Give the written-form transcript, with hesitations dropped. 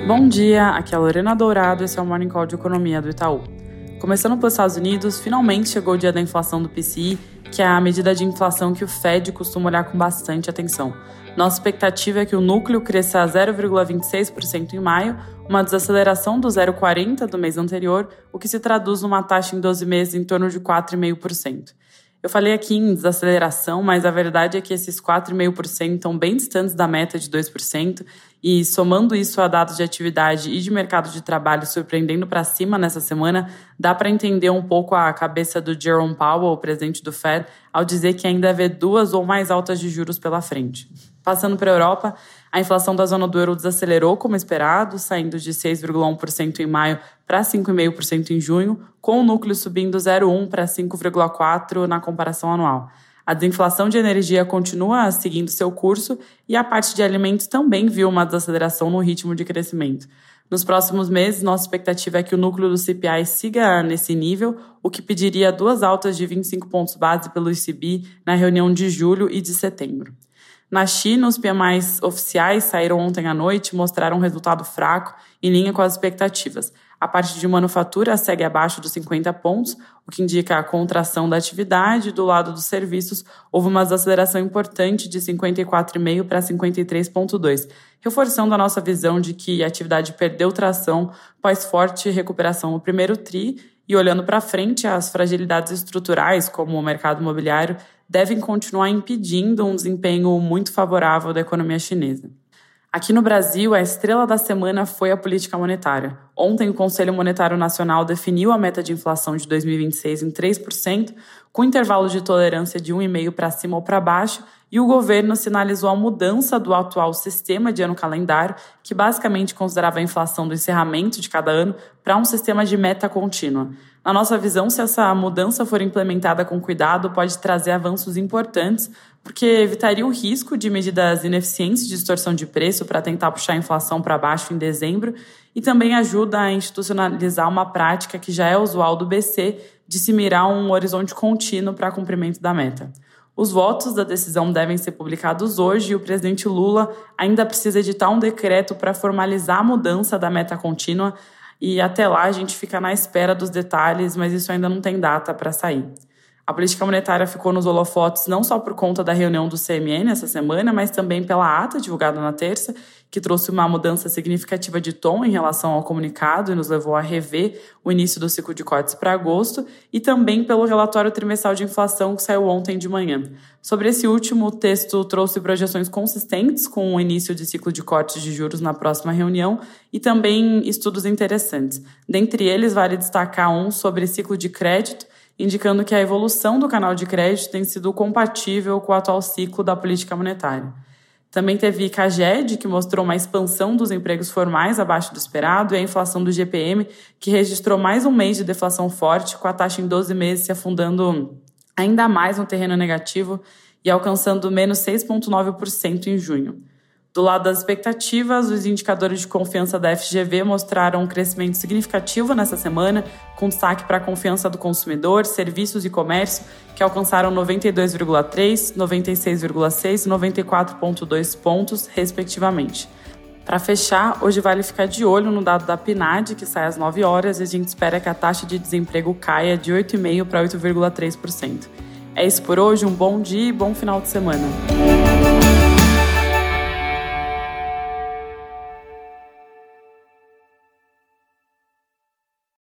Bom dia, aqui é a Lorena Dourado, esse é o Morning Call de Economia do Itaú. Começando pelos Estados Unidos, finalmente chegou o dia da inflação do PCI, que é a medida de inflação que o Fed costuma olhar com bastante atenção. Nossa expectativa é que o núcleo cresça a 0,26% em maio, uma desaceleração do 0,40% do mês anterior, o que se traduz numa taxa em 12 meses em torno de 4,5%. Eu falei aqui em desaceleração, mas a verdade é que esses 4,5% estão bem distantes da meta de 2%, e somando isso a dados de atividade e de mercado de trabalho surpreendendo para cima nessa semana, dá para entender um pouco a cabeça do Jerome Powell, o presidente do Fed, ao dizer que ainda vê 2 ou mais altas de juros pela frente. Passando para a Europa, a inflação da zona do euro desacelerou como esperado, saindo de 6,1% em maio para 5,5% em junho, com o núcleo subindo 0,1% para 5,4% na comparação anual. A desinflação de energia continua seguindo seu curso e a parte de alimentos também viu uma desaceleração no ritmo de crescimento. Nos próximos meses, nossa expectativa é que o núcleo do CPI siga nesse nível, o que pediria 2 altas de 25 pontos base pelo ECB na reunião de julho e de setembro. Na China, os PMIs oficiais saíram ontem à noite e mostraram um resultado fraco, em linha com as expectativas. A parte de manufatura segue abaixo dos 50 pontos, o que indica a contração da atividade. Do lado dos serviços, houve uma desaceleração importante de 54,5% para 53,2%, reforçando a nossa visão de que a atividade perdeu tração após forte recuperação no primeiro TRI, e olhando para frente, as fragilidades estruturais, como o mercado imobiliário, devem continuar impedindo um desempenho muito favorável da economia chinesa. Aqui no Brasil, a estrela da semana foi a política monetária. Ontem, o Conselho Monetário Nacional definiu a meta de inflação de 2026 em 3%, com intervalo de tolerância de 1,5% para cima ou para baixo, e o governo sinalizou a mudança do atual sistema de ano calendário, que basicamente considerava a inflação do encerramento de cada ano, para um sistema de meta contínua. Na nossa visão, se essa mudança for implementada com cuidado, pode trazer avanços importantes, porque evitaria o risco de medidas ineficientes de distorção de preço para tentar puxar a inflação para baixo em dezembro, e também ajuda a institucionalizar uma prática que já é usual do BC de se mirar um horizonte contínuo para cumprimento da meta. Os votos da decisão devem ser publicados hoje e o presidente Lula ainda precisa editar um decreto para formalizar a mudança da meta contínua, e até lá a gente fica na espera dos detalhes, mas isso ainda não tem data para sair. A política monetária ficou nos holofotes não só por conta da reunião do CMN essa semana, mas também pela ata divulgada na terça, que trouxe uma mudança significativa de tom em relação ao comunicado e nos levou a rever o início do ciclo de cortes para agosto, e também pelo relatório trimestral de inflação que saiu ontem de manhã. Sobre esse último, o texto trouxe projeções consistentes com o início de ciclo de cortes de juros na próxima reunião e também estudos interessantes. Dentre eles, vale destacar um sobre ciclo de crédito, indicando que a evolução do canal de crédito tem sido compatível com o atual ciclo da política monetária. Também teve CAGED, que mostrou uma expansão dos empregos formais abaixo do esperado, e a inflação do GPM, que registrou mais um mês de deflação forte, com a taxa em 12 meses se afundando ainda mais no terreno negativo e alcançando menos 6,9% em junho. Do lado das expectativas, os indicadores de confiança da FGV mostraram um crescimento significativo nessa semana, com destaque para a confiança do consumidor, serviços e comércio, que alcançaram 92,3, 96,6 e 94,2 pontos, respectivamente. Para fechar, hoje vale ficar de olho no dado da PNAD, que sai às 9 horas, e a gente espera que a taxa de desemprego caia de 8,5% para 8,3%. É isso por hoje, um bom dia e bom final de semana.